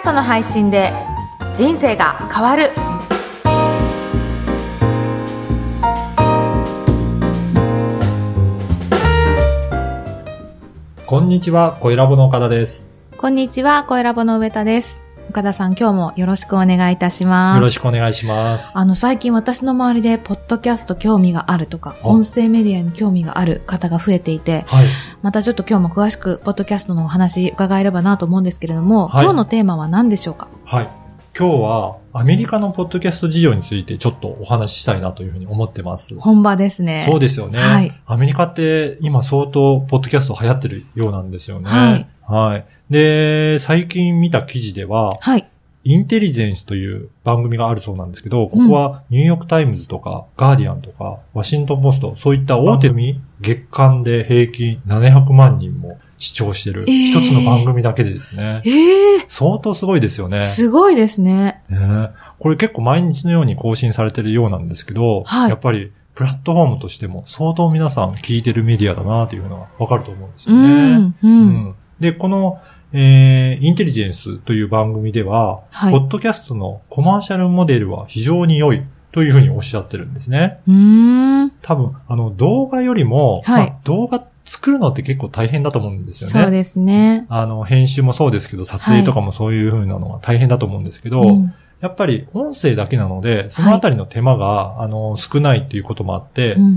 ストの配信で人生が変わる。 こんにちは、声ラボの岡田です。 こんにちは、声ラボの上田です。岡田さん、今日もよろしくお願いいたします。 よろしくお願いします。 最近私の周りでポッドキャスト興味があるとか、音声メディアに興味がある方が増えていて、はい、またちょっと今日も詳しくポッドキャストのお話伺えればなと思うんですけれども、はい、今日のテーマは何でしょうか？ はい。今日はアメリカのポッドキャスト事情についてちょっとお話ししたいなというふうに思ってます。 本場ですね。 そうですよね。はい。アメリカって今相当ポッドキャスト流行ってるようなんですよね。はい。はい。で、最近見た記事では、はい。インテリジェンスという番組があるそうなんですけど、ここはニューヨークタイムズとか、ガーディアンとか、ワシントンポスト、そういった大手組、月間で平均700万人も視聴してる一つの番組だけでですね。相当すごいですよね。 すごいですね。 これ結構毎日のように更新されてるようなんですけど、はい、やっぱりプラットフォームとしても相当皆さん聞いてるメディアだなというのがわかると思うんですよね。で、このインテリジェンスという番組では、はい、ポッドキャストのコマーシャルモデルは非常に良いというふうにおっしゃってるんですね。多分、動画よりも、はい、動画作るのって結構大変だと思うんですよね。 そうですね。 編集もそうですけど、撮影とかもそういうふうなのが大変だと思うんですけど、やっぱり音声だけなので、そのあたりの手間が、少ないっていうこともあって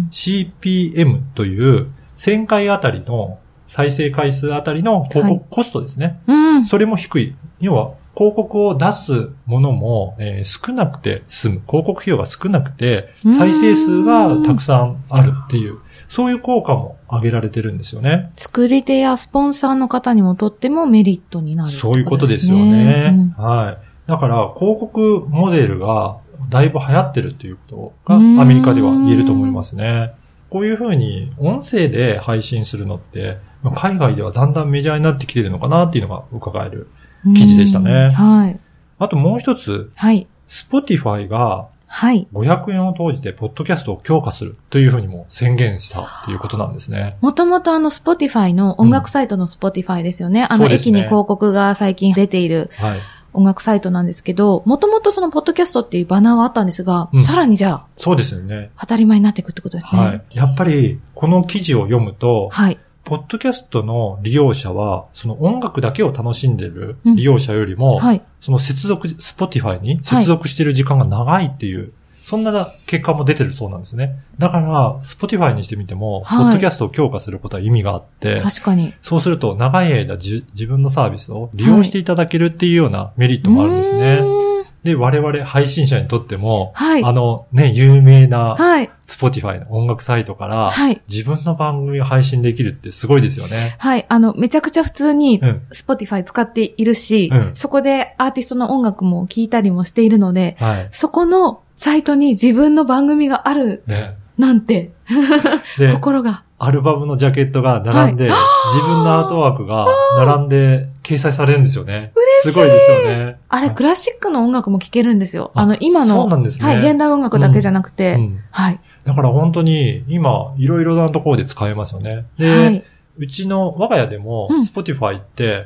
、CPM という1000回あたりの再生回数あたりの広告コストですね。それも低い。要は、広告を出すものも、少なくて済む。広告費用が少なくて、再生数がたくさんあるっていう、そういう効果も上げられてるんですよね。 作り手やスポンサーの方にもとってもメリットになるってことですね。 そういうことですよね。はい。だから、広告モデルがだいぶ流行ってるっていうことがアメリカでは言えると思いますね。こういうふうに音声で配信するのって、海外ではだんだんメジャーになってきてるのかなっていうのが伺える記事でしたね。はい。あともう一つ、はい。Spotify が、はい。500円を投じてポッドキャストを強化するというふうにも宣言したっていうことなんですね。 もともとSpotify の音楽サイトの Spotify ですよね。駅に広告が最近出ている。はい。音楽サイトなんですけど、もともとそのポッドキャストっていうバナーはあったんですが、さらにじゃあ、 そうですよね。 当たり前になっていくってことですね。 はい。やっぱり、この記事を読むと、はい。ポッドキャストの利用者は、その音楽だけを楽しんでいる利用者よりも、はい。そのSpotify に接続している時間が長いっていう、はい、そんな結果も出てるそうなんですね。だから、Spotify にしてみても、はい、ポッドキャストを強化することは意味があって、 確かに。 そうすると、長い間自分のサービスを利用していただけるっていうようなメリットもあるんですね。で、我々配信者にとっても、はい、有名な、Spotify の音楽サイトから、はい、自分の番組を配信できるってすごいですよね。 はい、めちゃくちゃ普通に、Spotify 使っているし、そこでアーティストの音楽も聴いたりもしているので、はい、そこのサイトに自分の番組がある、なんて、心が。 アルバムのジャケットが並んで、はい、自分のアートワークが並んで掲載されるんですよね。 嬉しい。 すごいですよね。 あれ、クラシックの音楽も聴けるんですよ。今の、 そうなんですね。 はい、現代音楽だけじゃなくて、はい。 だから本当に、今、いろいろなところで使えますよね。で、はい、我が家でも、Spotify って、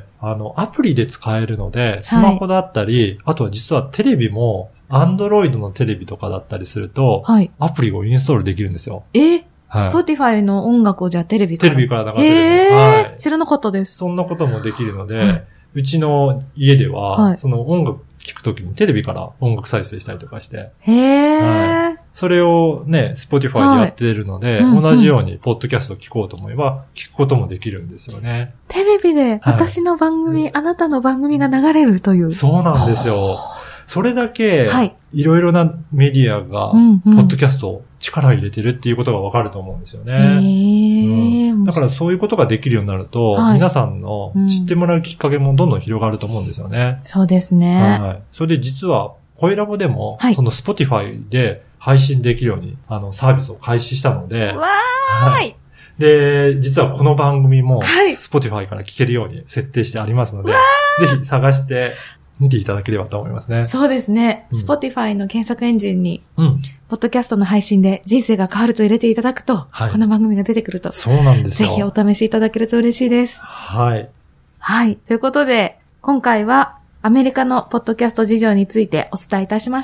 アプリで使えるので、スマホだったり、あとは実はテレビも、Android のテレビとかだったりすると、はい、アプリをインストールできるんですよ。 はい、Spotify の音楽をじゃあテレビから流せる。はい。 知らなかったです。 そんなこともできるので、うちの家では、その音楽聴くときにテレビから音楽再生したりとかして。はい。それをね、Spotify でやってるので、同じようにポッドキャストを聴こうと思えば、聴くこともできるんですよね。 テレビで私の番組、あなたの番組が流れるという。 そうなんですよ。それだけ、いろいろなメディアが、ポッドキャストを力を入れてるっていうことがわかると思うんですよね。だからそういうことができるようになると、皆さんの知ってもらうきっかけもどんどん広がると思うんですよね。 そうですね。 はい。それで実は、声ラボでも、その Spotify で配信できるように、サービスを開始したので、 わーい。 で、実はこの番組も、Spotify から聞けるように設定してありますので、ぜひ探して、見ていただければと思いますね。 そうですね。Spotify の検索エンジンに、ポッドキャストの配信で人生が変わると入れていただくと、この番組が出てくると。 そうなんですよ。 ぜひお試しいただけると嬉しいです。 はい。 はい。ということで、今回はアメリカのポッドキャスト事情についてお伝えいたしました。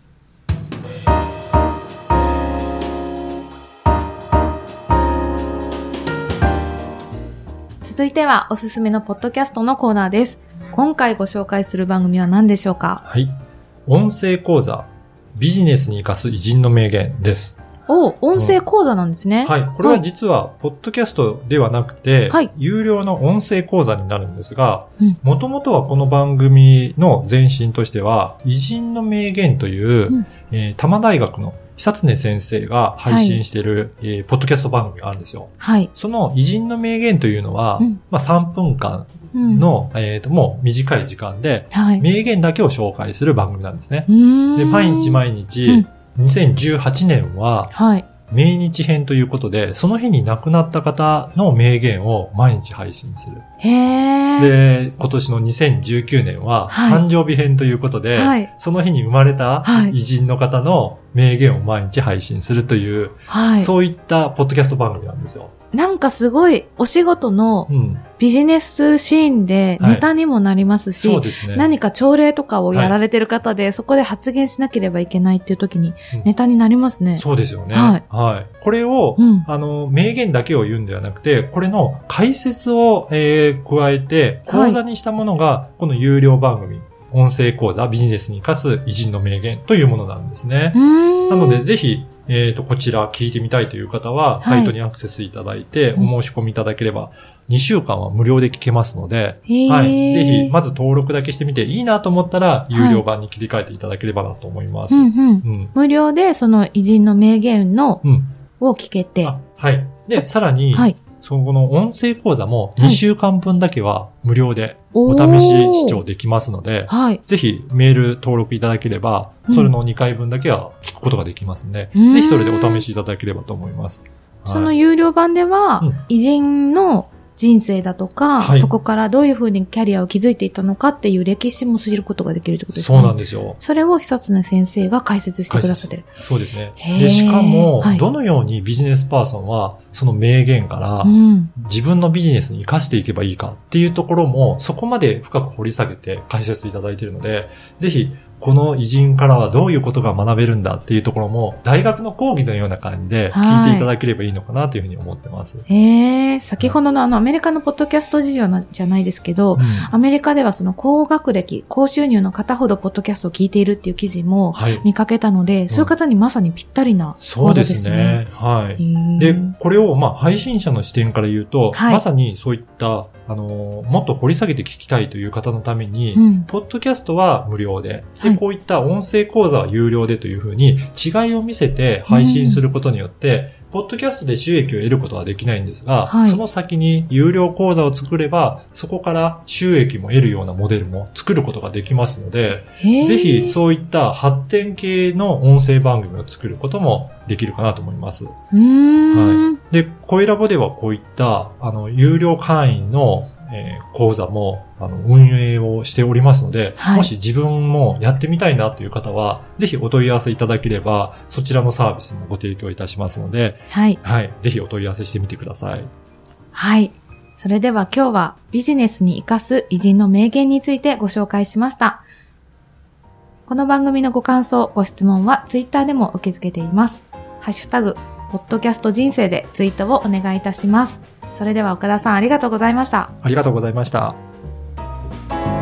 続いてはおすすめのポッドキャストのコーナーです。今回ご紹介する番組は何でしょうか？ はい。音声講座、ビジネスに生かす偉人の名言です。 音声講座なんですね。 はい。これは実は、ポッドキャストではなくて、はい、有料の音声講座になるんですが、もともとはこの番組の前身としては、偉人の名言という、多摩大学の久常先生が配信している、ポッドキャスト番組があるんですよ。はい。その偉人の名言というのは、3分間の、もう短い時間で、名言だけを紹介する番組なんですね。で、毎日、2018年は、命日編ということで、その日に亡くなった方の名言を毎日配信する。で、今年の2019年は、誕生日編ということで、その日に生まれた偉人の方の名言を毎日配信するという、そういったポッドキャスト番組なんですよ。 なんかすごいお仕事のビジネスシーンでネタにもなりますし、そうですね、何か朝礼とかをやられてる方で、そこで発言しなければいけないっていう時にネタになりますね。 そうですよね。はい。これを、名言だけを言うんではなくて、これの解説を、加えて講座にしたものが、この有料番組、音声講座ビジネスに生かす偉人の名言というものなんですね。なのでぜひ、こちら聞いてみたいという方は、サイトにアクセスいただいて、お申し込みいただければ、2週間は無料で聞けますので、はい。ぜひ、まず登録だけしてみて、いいなと思ったら、有料版に切り替えていただければなと思います。 無料で、その偉人の名言の、を聞けて。 はい。で、さらに、その音声講座も2週間分だけは無料でお試し視聴できますので、ぜひメール登録いただければ、それの2回分だけは聞くことができますので、ぜひそれでお試しいただければと思います。 その有料版では、偉人の人生だとか、そこからどういうふうにキャリアを築いていったのかっていう歴史も知ることができるってことですね。 そうなんですよ。 それを久常先生が解説してくださってる。 そうですね。で、しかも、どのようにビジネスパーソンは、その名言から、自分のビジネスに活かしていけばいいかっていうところも、そこまで深く掘り下げて解説いただいているので、ぜひ、この偉人からはどういうことが学べるんだっていうところも、大学の講義のような感じで聞いていただければいいのかなというふうに思ってます。 先ほどのアメリカのポッドキャスト事情じゃないですけど、アメリカではその高学歴、高収入の方ほどポッドキャストを聞いているっていう記事も見かけたので、そういう方にまさにぴったりな講座ですね。 そうですね。はい。で、これを配信者の視点から言うと、まさにそういったもっと掘り下げて聞きたいという方のために、ポッドキャストは無料で、こういった音声講座は有料でというふうに違いを見せて配信することによって、ポッドキャストで収益を得ることはできないんですが、その先に有料講座を作れば、そこから収益も得るようなモデルも作ることができますので、ぜひそういった発展系の音声番組を作ることもできるかなと思います。で、声ラボではこういった有料会員の講座も運営をしておりますので、もし自分もやってみたいなという方は、ぜひお問い合わせいただければ、そちらのサービスもご提供いたしますので、ぜひお問い合わせしてみてください。 はい。それでは今日はビジネスに生かす偉人の名言についてご紹介しました。この番組のご感想、ご質問はツイッターでも受け付けています。ハッシュタグ、ポッドキャスト人生でツイートをお願いいたします。それでは岡田さんありがとうございました。 ありがとうございました。